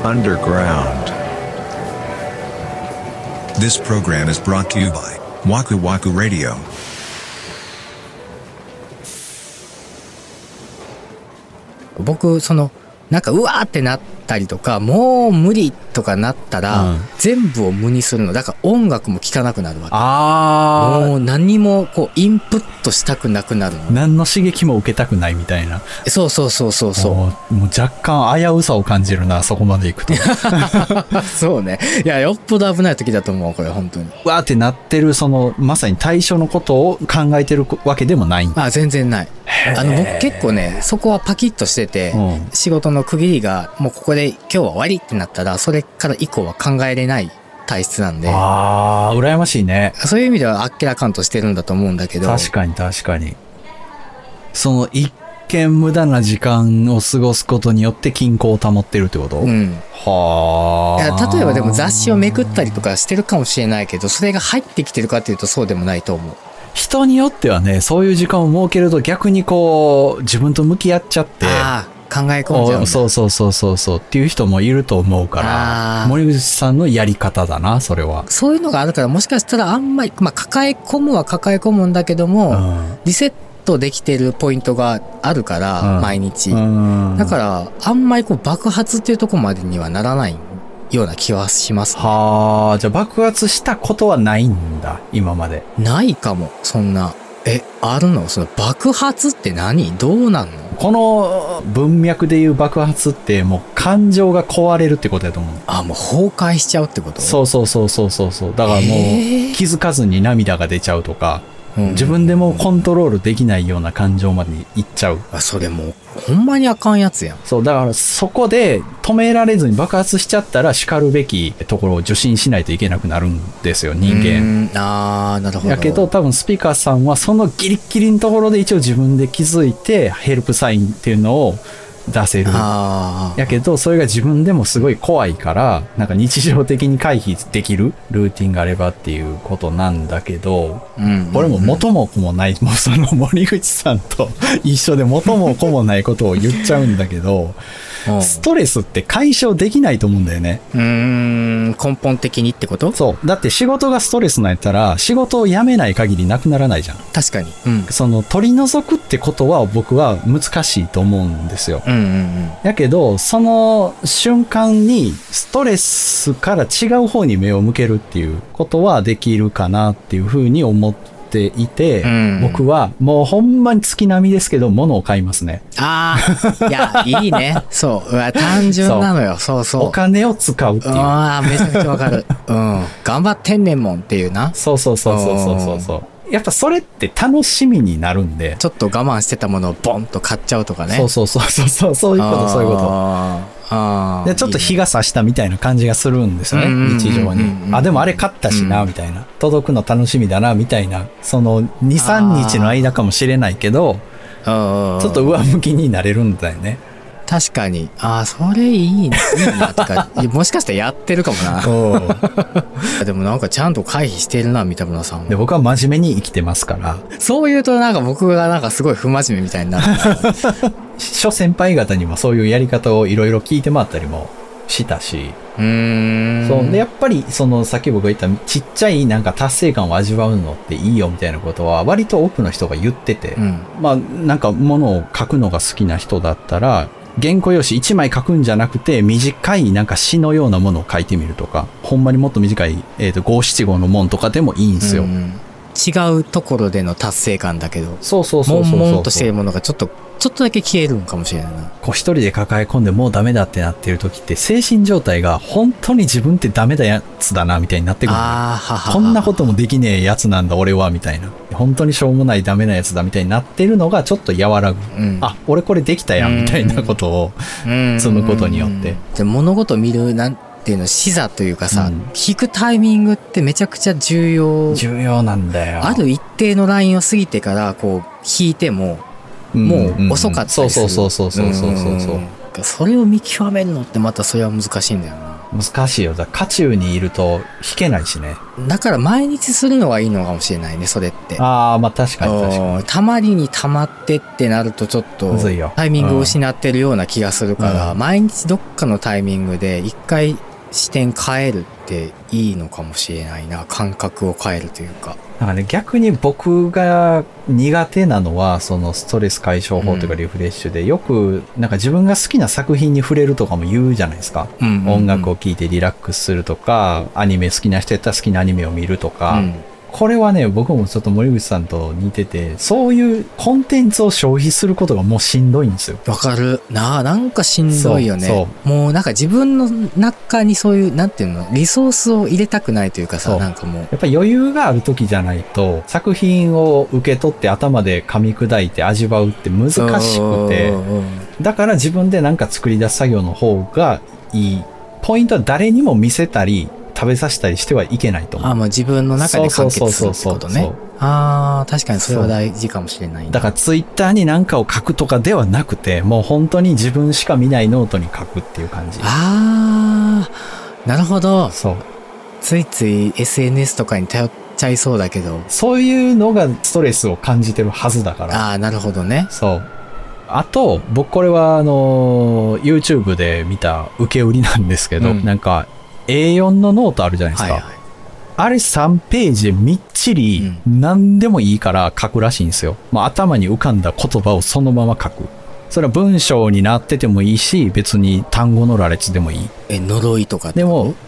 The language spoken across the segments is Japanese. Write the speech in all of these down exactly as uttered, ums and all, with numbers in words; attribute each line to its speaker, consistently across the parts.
Speaker 1: underground. This program is brought to you by Waku Waku Radio.
Speaker 2: 僕そのなんかうわーってなったりとかもう無理とかなったら、うん、全部を無にするのだから音楽も聴かなくなるわけ。
Speaker 3: あ
Speaker 2: もう何もこうインプットしたくなくなるの。
Speaker 3: 何の刺激も受けたくないみたいな。
Speaker 2: そうそうそうそうそう。
Speaker 3: もう、もう若干危うさを感じるな、そこまでいくと。
Speaker 2: そうね。いやよっぽど危ない時だと思うこれ本当に。
Speaker 3: うわーってなってるそのまさに対象のことを考えてるわけでもないんだ。
Speaker 2: あ全然ない。あの僕結構ねそこはパキッとしてて、うん、仕事の区切りがもうここで今日は終わりってなったらそれから以降は考えれない体質なんで。
Speaker 3: あー羨ましいね。
Speaker 2: そういう意味ではあっけらかんとしてるんだと思うんだけど。
Speaker 3: 確かに確かに。その一見無駄な時間を過ごすことによって均衡を保ってるってこと？うん。はあ。
Speaker 2: いや例えばでも雑誌をめくったりとかしてるかもしれないけどそれが入ってきてるかっていうとそうでもないと思う。
Speaker 3: 人によってはねそういう時間を設けると逆にこう自分と向き合っちゃって
Speaker 2: あ考え込んじゃうんだ。
Speaker 3: そうそうそうそうそうっていう人もいると思うから森口さんのやり方だなそれは。
Speaker 2: そういうのがあるからもしかしたらあんまり、まあ、抱え込むは抱え込むんだけども、うん、リセットできてるポイントがあるから、うん、毎日、うん、だからあんまりこう爆発っていうところまでにはならないような気はしますね。
Speaker 3: はあ、じゃあ爆発したことはないんだ今まで。
Speaker 2: ないかもそんな。えあるの？その爆発って何？どうなんの？
Speaker 3: この文脈でいう爆発ってもう感情が壊れるってことだと思う。
Speaker 2: あもう崩壊しちゃうってこと？
Speaker 3: そうそうそうそうそうそう。だからもう気づかずに涙が出ちゃうとか、自分でもコントロールできないような感情までいっちゃう。
Speaker 2: あそれもうほんまにあかんやつやん。
Speaker 3: そうだからそこで止められずに爆発しちゃったら叱るべきところを受信しないといけなくなるんですよ人間。
Speaker 2: あーなるほど。
Speaker 3: やけど多分スピカーさんはそのギリッギリのところで一応自分で気づいてヘルプサインっていうのを出せる。
Speaker 2: あ
Speaker 3: やけどそれが自分でもすごい怖いからなんか日常的に回避できるルーティンがあればっていうことなんだけど、うんうんうん、これも元も子もないもうその森口さんと一緒で元も子もないことを言っちゃうんだけどストレスって解消できないと思うんだよね。
Speaker 2: うーん根本的にってこと？
Speaker 3: そうだって仕事がストレスなんやったら仕事を辞めない限りなくならないじゃん。
Speaker 2: 確かに、うん、
Speaker 3: その取り除くってことは僕は難しいと思うんですよ、うんうんうん、やけどその瞬間にストレスから違う方に目を向けるっていうことはできるかなっていうふうに思ってていて、うん、僕はもうほんまに月並みですけど物を買いますね。
Speaker 2: ああいやいいね。そううわ単純なのよ。そうそうお
Speaker 3: 金を使うっていう。
Speaker 2: ああめちゃくちゃわかる。うん頑張ってんねんもんっていうな。
Speaker 3: そうそうそうそうそうそうそうやっぱそれって楽しみになるんで
Speaker 2: ちょっと我慢してたものをボンと買っちゃうとかね。
Speaker 3: そうそうそうそうそうそういうことそういうこと。あでちょっと日が差したみたいな感じがするんですよね、いいね日常に。あでもあれ買ったしな、うん、みたいな届くの楽しみだなみたいなその にさんにちの間かもしれないけどちょっと上向きになれるんだよね。
Speaker 2: 確かにあそれいいねいいなとかもしかしたらやってるかもな。でもなんかちゃんと回避してるな三田村さんは。
Speaker 3: で僕は真面目に生きてますから。
Speaker 2: そう言うとなんか僕がなんかすごい不真面目みたいになる。
Speaker 3: 諸先輩方にもそういうやり方をいろいろ聞いて回ったりもしたし。
Speaker 2: うーん
Speaker 3: そうでやっぱりそのさっき僕が言ったちっちゃいなんか達成感を味わうのっていいよみたいなことは割と多くの人が言ってて、うん、まあなんか物を書くのが好きな人だったら原稿用紙いちまい書くんじゃなくて短いなんか詩のようなものを書いてみるとかほんまにもっと短い、えーと、五七五のもんとかでもいいんですよ、うん、
Speaker 2: 違うところでの達成感だけど
Speaker 3: そうそうそうそうそう
Speaker 2: 悶々としているものがちょっとちょっとだけ消えるんかもしれないな。
Speaker 3: こう一人で抱え込んでもうダメだってなってる時って精神状態が本当に自分ってダメだやつだなみたいになってくる。あはははこんなこともできねえやつなんだ俺はみたいな本当にしょうもないダメなやつだみたいになってるのがちょっと和らぐ、うん、あ俺これできたやんみたいなことを積むことによって
Speaker 2: で物事を見るなんっていうの視座というかさ、うん、聞くタイミングってめちゃくちゃ重要
Speaker 3: 重要なんだよ。
Speaker 2: ある一定のラインを過ぎてからこう引いてももう遅かったりする。
Speaker 3: そうそうそうそうそうそうそうそう。
Speaker 2: それを見極めるのってまたそれは難しいんだよな。
Speaker 3: 難しいよ。だから渦中にいると弾けないしね。
Speaker 2: だから毎日するのがいいのかもしれないね、それって。
Speaker 3: ああ、まあ確かに確かに。
Speaker 2: たまりにたまってってなるとちょっと
Speaker 3: むずいよ。
Speaker 2: タイミングを失ってるような気がするから、
Speaker 3: うん、
Speaker 2: 毎日どっかのタイミングで一回視点変えるっていいのかもしれないな。感覚を変えるというか。
Speaker 3: なんかね、逆に僕が苦手なのは、そのストレス解消法というかリフレッシュで、うん、よくなんか自分が好きな作品に触れるとかも言うじゃないですか。うんうんうん、音楽を聴いてリラックスするとか、アニメ好きな人やったら好きなアニメを見るとか、うん、これはね、僕もちょっと森口さんと似てて、そういうコンテンツを消費することがもうしんどいんですよ。
Speaker 2: わかるなあ、なんかしんどいよね。そうそう、もうなんか自分の中にそういうなんていうの、リソースを入れたくないというかさ、なんかもう
Speaker 3: やっぱり余裕がある時じゃないと作品を受け取って頭で噛み砕いて味わうって難しくて、だから自分でなんか作り出す作業の方がいい。ポイントは誰にも見せたり食べさせたりしてはいけないと思う。
Speaker 2: あ、まあ自分の中で完結するってことね。ああ、確かにそれは大事かもしれない、ね。
Speaker 3: だからツイッターに何かを書くとかではなくて、もう本当に自分しか見ないノートに書くっていう感じ。
Speaker 2: ああ、なるほど。
Speaker 3: そう。
Speaker 2: ついつい エスエヌエス とかに頼っちゃいそうだけど。
Speaker 3: そういうのがストレスを感じてるはずだから。
Speaker 2: ああ、なるほどね。
Speaker 3: そう。あと、僕これはあの、YouTube で見た受け売りなんですけど、うん、なんか エーよん のノートあるじゃないですか。はいはい、あれさんページみっちり何でもいいから書くらしいんですよ。まあ、頭に浮かんだ言葉をそのまま書く。それは文章になっててもいいし、別に単語の羅列でもいい。
Speaker 2: え、呪いとかって
Speaker 3: でも、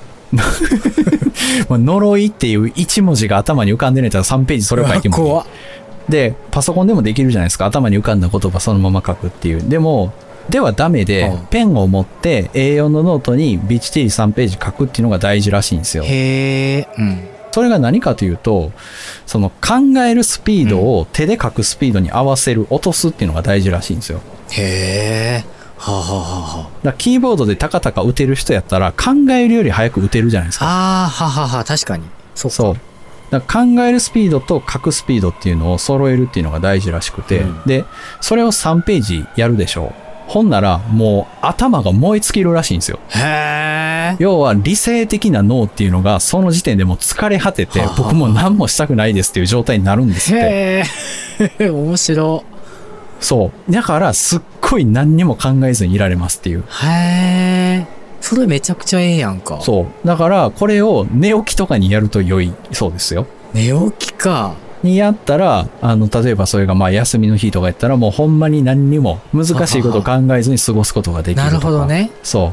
Speaker 3: 呪いっていう一文字が頭に浮かんでないからさんページそれを書いてもいい。怖っ。で、パソコンでもできるじゃないですか。頭に浮かんだ言葉そのまま書くっていう。でも、ではダメで、うん、ペンを持って エーよん のノートにびっちりさんページ書くっていうのが大事らしいんですよ。
Speaker 2: へー。うん。
Speaker 3: それが何かというと、その考えるスピードを手で書くスピードに合わせる、落とすっていうのが大事らしいんですよ。
Speaker 2: へー。はあ、はあはあ、だから
Speaker 3: キーボードでタカタカ打てる人やったら考えるより早く打てるじゃないですか。
Speaker 2: ああ、はあはあはあ、確かに。そうか。そう。
Speaker 3: だから考えるスピードと書くスピードっていうのを揃えるっていうのが大事らしくて、うん、で、それをさんページやるでしょう。ほんならもう頭が燃え尽きるらしいんですよ。
Speaker 2: へー。
Speaker 3: 要は理性的な脳っていうのがその時点でもう疲れ果てて、はあはあ、僕も何もしたくないですっていう状態になるんですって。
Speaker 2: へー。面白い。
Speaker 3: そう。だからすっごい何にも考えずにいられますっていう。
Speaker 2: へー。それめちゃくちゃええやんか。
Speaker 3: そう。だからこれを寝起きとかにやると良いそうですよ。
Speaker 2: 寝起きか。
Speaker 3: にやったら、あの、例えばそれがまあ休みの日とかやったらもうほんまに何にも難しいことを考えずに過ごすことができるとか。
Speaker 2: なるほどね。
Speaker 3: そう。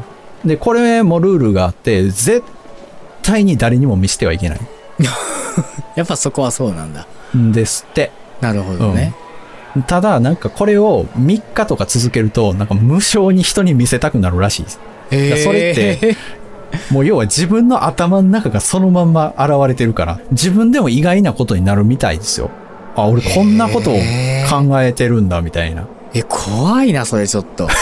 Speaker 3: で、これもルールがあって、絶対に誰にも見せてはいけない。
Speaker 2: やっぱそこはそうなんだ。
Speaker 3: んですって。
Speaker 2: なるほどね。
Speaker 3: うん、ただ、なんかこれをみっかとか続けると、なんか無償に人に見せたくなるらしいです。
Speaker 2: えー、
Speaker 3: それって、もう要は自分の頭の中がそのまんま現れてるから、自分でも意外なことになるみたいですよ。あ、俺こんなことを考えてるんだみたいな。
Speaker 2: え、怖いな、それちょっと。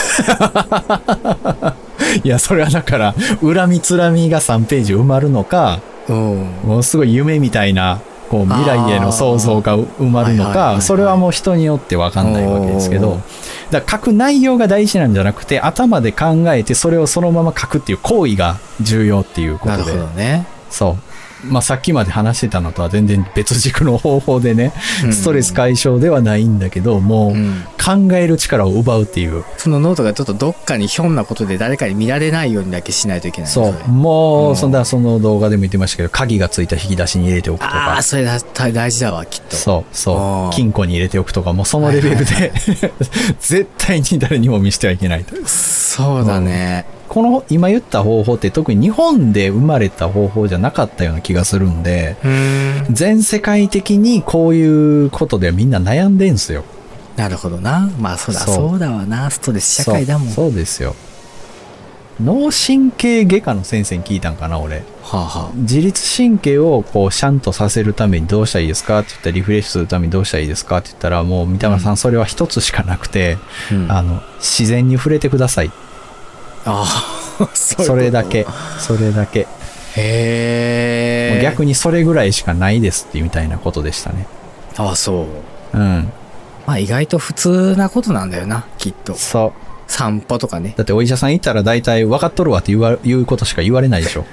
Speaker 3: いや、それはだから、恨みつらみがさんページ埋まるのか、もうすごい夢みたいな、こう未来への想像が埋まるのか、それはもう人によって分かんないわけですけど、だから書く内容が大事なんじゃなくて、頭で考えてそれをそのまま書くっていう行為が重要っていうことで。
Speaker 2: なるほどね。
Speaker 3: そう。まあさっきまで話してたのとは全然別軸の方法でね、うん、ストレス解消ではないんだけど、もう考える力を奪うっていう、うん、
Speaker 2: そのノートがちょっとどっかにひょんなことで誰かに見られないようにだけしないといけない。
Speaker 3: そう。もう、うん、そんなその動画でも言ってましたけど、鍵がついた引き出しに入れておくとか。
Speaker 2: ああ、それ大事だわ、きっと。
Speaker 3: そうそう。金庫に入れておくとか、もうそのレベルで、はいはいはい、絶対に誰にも見せてはいけないと。
Speaker 2: そうだね。
Speaker 3: この今言った方法って特に日本で生まれた方法じゃなかったような気がするんで、うーん、全世界的にこういうことでみんな悩んでんすよ。
Speaker 2: なるほどな。まあそうだ、そう、そうだわな。ストレス社会だもん。
Speaker 3: そう、そうですよ。脳神経外科の先生に聞いたんかな、俺。
Speaker 2: はあはあ、
Speaker 3: 自律神経をこうシャンとさせるためにどうしたらいいですかって言ったら、リフレッシュするためにどうしたらいいですかって言ったら、もう三田村さん、うん、それは一つしかなくて、うん、あの自然に触れてください。
Speaker 2: ああ、
Speaker 3: それだけ、それだけ。
Speaker 2: へえ。
Speaker 3: 逆にそれぐらいしかないですっていうみたいなことでしたね。
Speaker 2: ああ、そう。
Speaker 3: うん。
Speaker 2: まあ意外と普通なことなんだよな、きっと。
Speaker 3: そ
Speaker 2: 散歩とかね。
Speaker 3: だってお医者さん行ったら大体分かっとるわって言わ言うことしか言われないでしょ。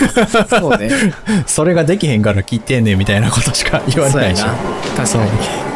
Speaker 2: そうね。
Speaker 3: それができへんから切ってんねんみたいなことしか言われないでしょ。
Speaker 2: 確かに。